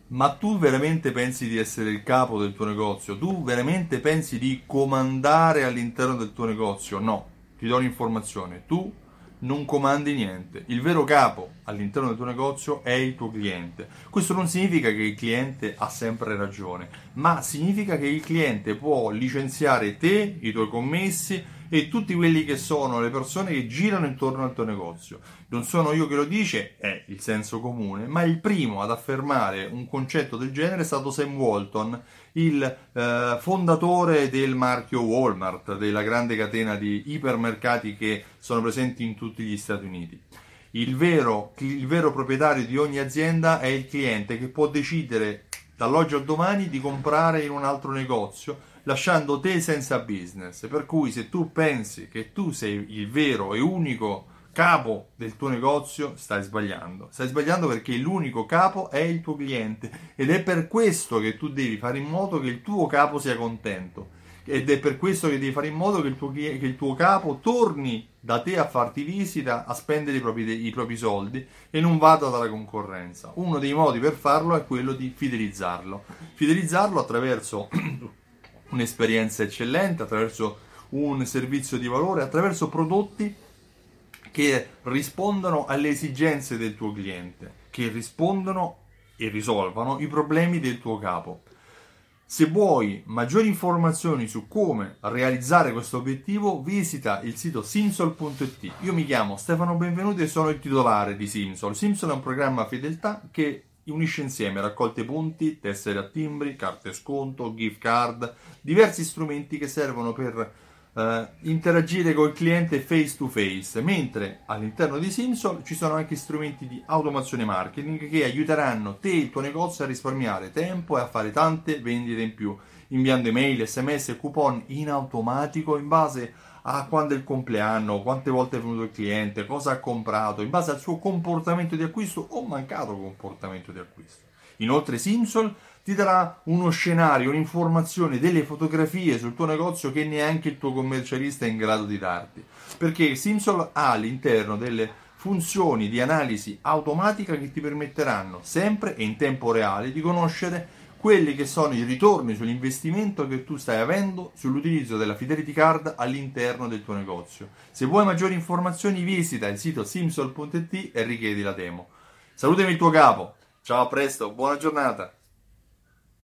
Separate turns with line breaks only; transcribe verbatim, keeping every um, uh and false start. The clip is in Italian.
Ma tu veramente pensi di essere il capo del tuo negozio? Tu veramente pensi di comandare all'interno del tuo negozio? No, ti do un'informazione, tu non comandi niente. Il vero capo all'interno del tuo negozio è il tuo cliente. Questo non significa che il cliente ha sempre ragione, ma significa che il cliente può licenziare te, i tuoi commessi e tutti quelli che sono le persone che girano intorno al tuo negozio. Non sono io che lo dice, è il senso comune, ma il primo ad affermare un concetto del genere è stato Sam Walton, il eh, fondatore del marchio Walmart, della grande catena di ipermercati che sono presenti in tutti gli Stati Uniti. Il vero, il vero proprietario di ogni azienda è il cliente, che può decidere dall'oggi al domani di comprare in un altro negozio, lasciando te senza business. Per cui se tu pensi che tu sei il vero e unico capo del tuo negozio, stai sbagliando. Stai sbagliando perché l'unico capo è il tuo cliente, ed è per questo che tu devi fare in modo che il tuo capo sia contento, ed è per questo che devi fare in modo che il tuo, che il tuo capo torni da te a farti visita, a spendere i propri, i propri soldi e non vada dalla concorrenza. Uno dei modi per farlo è quello di fidelizzarlo. Fidelizzarlo attraverso un'esperienza eccellente, attraverso un servizio di valore, attraverso prodotti che rispondono alle esigenze del tuo cliente, che rispondono e risolvano i problemi del tuo capo. Se vuoi maggiori informazioni su come realizzare questo obiettivo, visita il sito simsol punto it. Io mi chiamo Stefano Benvenuti e sono il titolare di Simsol. Simsol è un programma fedeltà che unisce insieme raccolte punti, tessere a timbri, carte sconto, gift card, diversi strumenti che servono per Uh, interagire col cliente face to face, mentre all'interno di Simsol ci sono anche strumenti di automazione marketing che aiuteranno te e il tuo negozio a risparmiare tempo e a fare tante vendite in più, inviando email, sms e coupon in automatico in base a quando è il compleanno, quante volte è venuto il cliente, cosa ha comprato, in base al suo comportamento di acquisto o mancato comportamento di acquisto. Inoltre Simsol ti darà uno scenario, un'informazione, delle fotografie sul tuo negozio che neanche il tuo commercialista è in grado di darti, perché Simsol ha all'interno delle funzioni di analisi automatica che ti permetteranno sempre e in tempo reale di conoscere quelli che sono i ritorni sull'investimento che tu stai avendo sull'utilizzo della Fidelity Card all'interno del tuo negozio. Se vuoi maggiori informazioni visita il sito simsol punto it e richiedi la demo. Salutami il tuo capo, ciao, a presto, buona giornata!